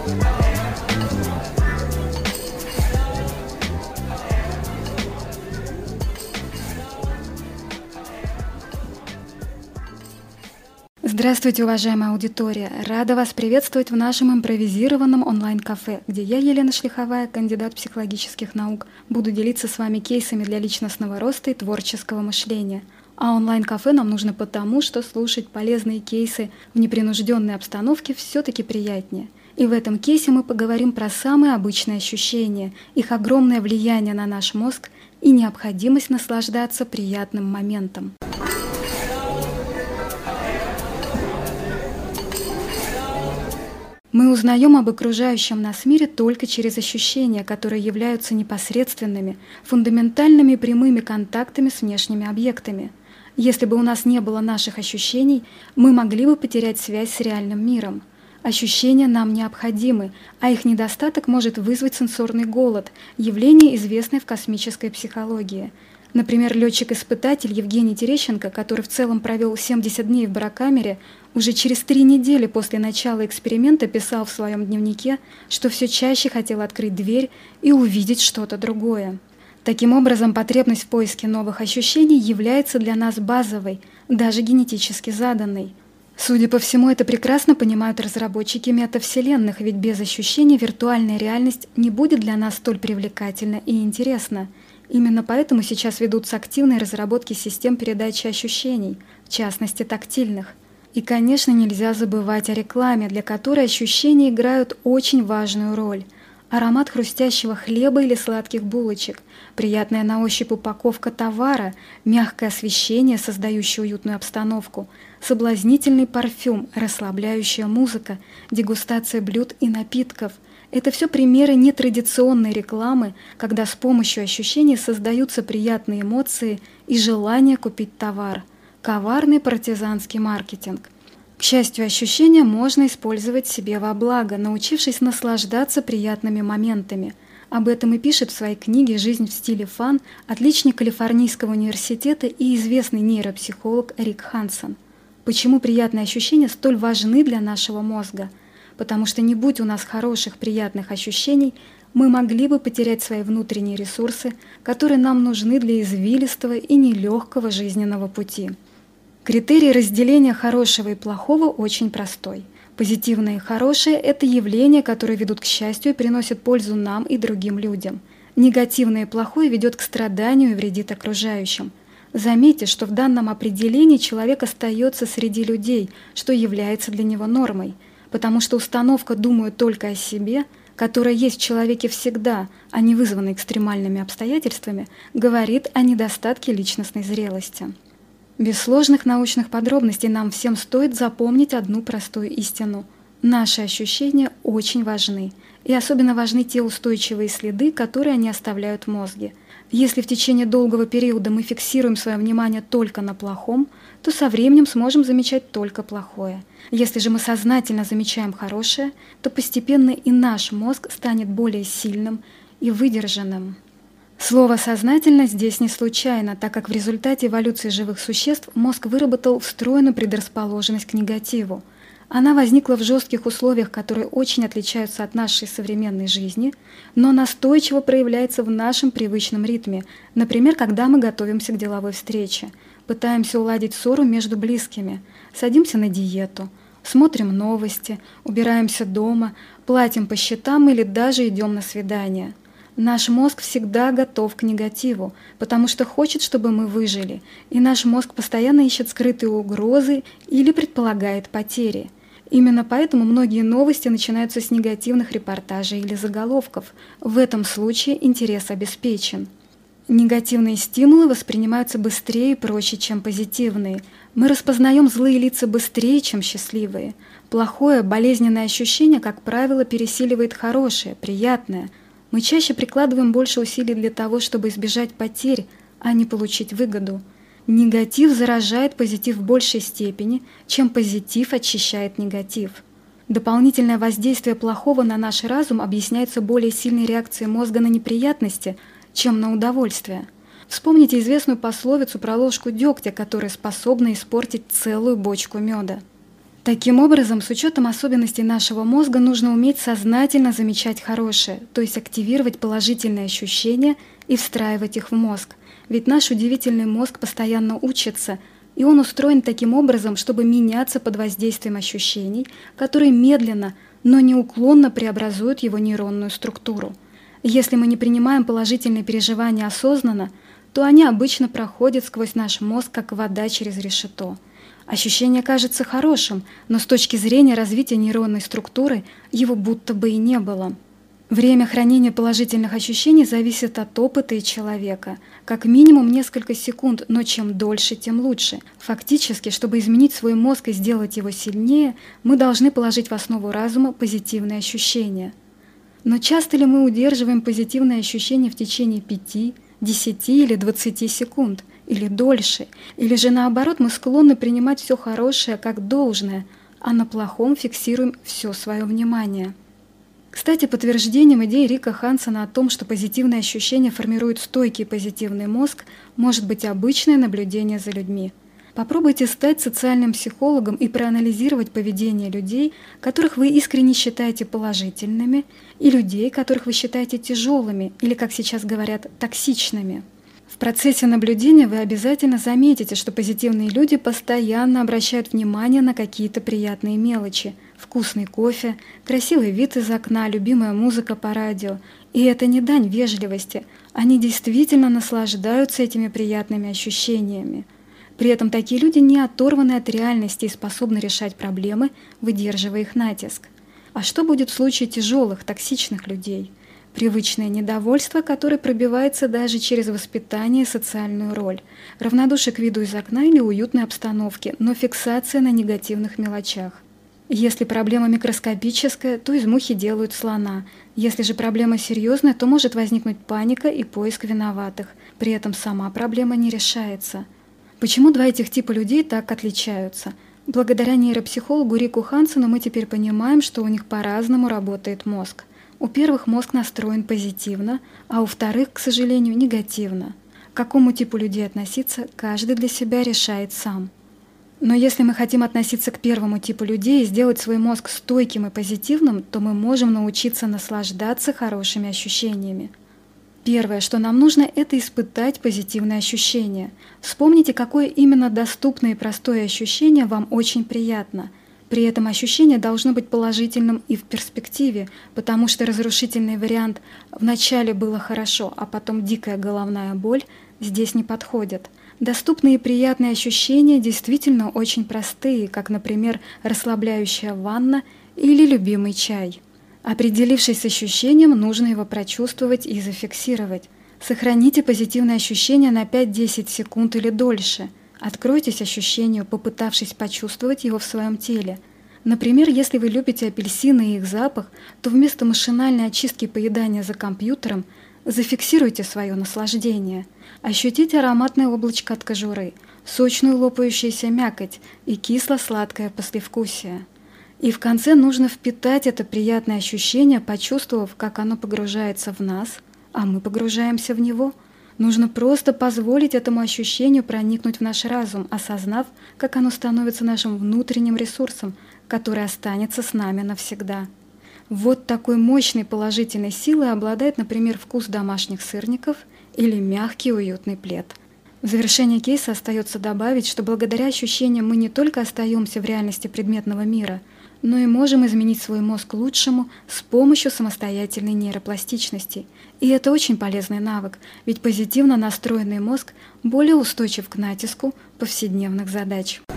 Здравствуйте, уважаемая аудитория! Рада вас приветствовать в нашем импровизированном онлайн-кафе, где я, Елена Шлиховая, кандидат психологических наук, буду делиться с вами кейсами для личностного роста и творческого мышления. А онлайн-кафе нам нужно потому, что слушать полезные кейсы в непринужденной обстановке все-таки приятнее. И в этом кейсе мы поговорим про самые обычные ощущения, их огромное влияние на наш мозг и необходимость наслаждаться приятным моментом. Мы узнаем об окружающем нас мире только через ощущения, которые являются непосредственными, фундаментальными и прямыми контактами с внешними объектами. Если бы у нас не было наших ощущений, мы могли бы потерять связь с реальным миром. Ощущения нам необходимы, а их недостаток может вызвать сенсорный голод, явление, известное в космической психологии. Например, летчик-испытатель Евгений Терещенко, который в целом провел 70 дней в барокамере, уже через 3 недели после начала эксперимента писал в своем дневнике, что все чаще хотел открыть дверь и увидеть что-то другое. Таким образом, потребность в поиске новых ощущений является для нас базовой, даже генетически заданной. Судя по всему, это прекрасно понимают разработчики метавселенных, ведь без ощущений виртуальная реальность не будет для нас столь привлекательна и интересна. Именно поэтому сейчас ведутся активные разработки систем передачи ощущений, в частности тактильных. И, конечно, нельзя забывать о рекламе, для которой ощущения играют очень важную роль. Аромат хрустящего хлеба или сладких булочек, приятная на ощупь упаковка товара, мягкое освещение, создающее уютную обстановку, соблазнительный парфюм, расслабляющая музыка, дегустация блюд и напитков – это все примеры нетрадиционной рекламы, когда с помощью ощущений создаются приятные эмоции и желание купить товар. Коварный партизанский маркетинг. К счастью, ощущения можно использовать себе во благо, научившись наслаждаться приятными моментами. Об этом и пишет в своей книге «Жизнь в стиле фан» отличник Калифорнийского университета и известный нейропсихолог Рик Хансон. Почему приятные ощущения столь важны для нашего мозга? Потому что не будь у нас хороших, приятных ощущений, мы могли бы потерять свои внутренние ресурсы, которые нам нужны для извилистого и нелегкого жизненного пути. Критерий разделения хорошего и плохого очень простой. Позитивное и хорошее – это явления, которые ведут к счастью и приносят пользу нам и другим людям. Негативное и плохое ведет к страданию и вредит окружающим. Заметьте, что в данном определении человек остается среди людей, что является для него нормой. Потому что установка «думаю только о себе», которая есть в человеке всегда, а не вызвана экстремальными обстоятельствами, говорит о недостатке личностной зрелости. Без сложных научных подробностей нам всем стоит запомнить одну простую истину. Наши ощущения очень важны, и особенно важны те устойчивые следы, которые они оставляют в мозге. Если в течение долгого периода мы фиксируем свое внимание только на плохом, то со временем сможем замечать только плохое. Если же мы сознательно замечаем хорошее, то постепенно и наш мозг станет более сильным и выдержанным. Слово «сознательно» здесь не случайно, так как в результате эволюции живых существ мозг выработал встроенную предрасположенность к негативу. Она возникла в жестких условиях, которые очень отличаются от нашей современной жизни, но настойчиво проявляется в нашем привычном ритме, например, когда мы готовимся к деловой встрече, пытаемся уладить ссору между близкими, садимся на диету, смотрим новости, убираемся дома, платим по счетам или даже идем на свидание. Наш мозг всегда готов к негативу, потому что хочет, чтобы мы выжили, и наш мозг постоянно ищет скрытые угрозы или предполагает потери. Именно поэтому многие новости начинаются с негативных репортажей или заголовков. В этом случае интерес обеспечен. Негативные стимулы воспринимаются быстрее и проще, чем позитивные. Мы распознаем злые лица быстрее, чем счастливые. Плохое, болезненное ощущение, как правило, пересиливает хорошее, приятное. Мы чаще прикладываем больше усилий для того, чтобы избежать потерь, а не получить выгоду. Негатив заражает позитив в большей степени, чем позитив очищает негатив. Дополнительное воздействие плохого на наш разум объясняется более сильной реакцией мозга на неприятности, чем на удовольствие. Вспомните известную пословицу про ложку дегтя, которая способна испортить целую бочку меда. Таким образом, с учетом особенностей нашего мозга нужно уметь сознательно замечать хорошее, то есть активировать положительные ощущения и встраивать их в мозг. Ведь наш удивительный мозг постоянно учится, и он устроен таким образом, чтобы меняться под воздействием ощущений, которые медленно, но неуклонно преобразуют его нейронную структуру. Если мы не принимаем положительные переживания осознанно, то они обычно проходят сквозь наш мозг, как вода через решето. Ощущение кажется хорошим, но с точки зрения развития нейронной структуры его будто бы и не было. Время хранения положительных ощущений зависит от опыта и человека. Как минимум несколько секунд, но чем дольше, тем лучше. Фактически, чтобы изменить свой мозг и сделать его сильнее, мы должны положить в основу разума позитивные ощущения. Но часто ли мы удерживаем позитивные ощущения в течение 5, 10 или 20 секунд? Или дольше? Или же наоборот мы склонны принимать все хорошее как должное, а на плохом фиксируем все свое внимание? Кстати, подтверждением идеи Рика Хансона о том, что позитивные ощущения формируют стойкий позитивный мозг, может быть обычное наблюдение за людьми. Попробуйте стать социальным психологом и проанализировать поведение людей, которых вы искренне считаете положительными, и людей, которых вы считаете тяжелыми или, как сейчас говорят, токсичными. В процессе наблюдения вы обязательно заметите, что позитивные люди постоянно обращают внимание на какие-то приятные мелочи. Вкусный кофе, красивый вид из окна, любимая музыка по радио. И это не дань вежливости. Они действительно наслаждаются этими приятными ощущениями. При этом такие люди не оторваны от реальности и способны решать проблемы, выдерживая их натиск. А что будет в случае тяжелых, токсичных людей? Привычное недовольство, которое пробивается даже через воспитание и социальную роль, равнодушие к виду из окна или уютной обстановке, но фиксация на негативных мелочах. Если проблема микроскопическая, то из мухи делают слона. Если же проблема серьезная, то может возникнуть паника и поиск виноватых. При этом сама проблема не решается. Почему два этих типа людей так отличаются? Благодаря нейропсихологу Рику Хансону мы теперь понимаем, что у них по-разному работает мозг. У первых мозг настроен позитивно, а у вторых, к сожалению, негативно. К какому типу людей относиться, каждый для себя решает сам. Но если мы хотим относиться к первому типу людей и сделать свой мозг стойким и позитивным, то мы можем научиться наслаждаться хорошими ощущениями. Первое, что нам нужно, это испытать позитивные ощущения. Вспомните, какое именно доступное и простое ощущение вам очень приятно. При этом ощущение должно быть положительным и в перспективе, потому что разрушительный вариант «вначале было хорошо, а потом дикая головная боль» здесь не подходит. Доступные и приятные ощущения действительно очень простые, как, например, расслабляющая ванна или любимый чай. Определившись с ощущением, нужно его прочувствовать и зафиксировать. Сохраните позитивное ощущение на 5-10 секунд или дольше. Откройтесь ощущению, попытавшись почувствовать его в своем теле. Например, если вы любите апельсины и их запах, то вместо машинальной очистки поедания за компьютером зафиксируйте свое наслаждение. Ощутите ароматное облачко от кожуры, сочную лопающуюся мякоть и кисло-сладкое послевкусие. И в конце нужно впитать это приятное ощущение, почувствовав, как оно погружается в нас, а мы погружаемся в него. Нужно просто позволить этому ощущению проникнуть в наш разум, осознав, как оно становится нашим внутренним ресурсом, который останется с нами навсегда. Вот такой мощной положительной силой обладает, например, вкус домашних сырников или мягкий уютный плед. В завершение кейса остается добавить, что благодаря ощущениям мы не только остаемся в реальности предметного мира, но и можем изменить свой мозг к лучшему с помощью самостоятельной нейропластичности. И это очень полезный навык, ведь позитивно настроенный мозг более устойчив к натиску повседневных задач.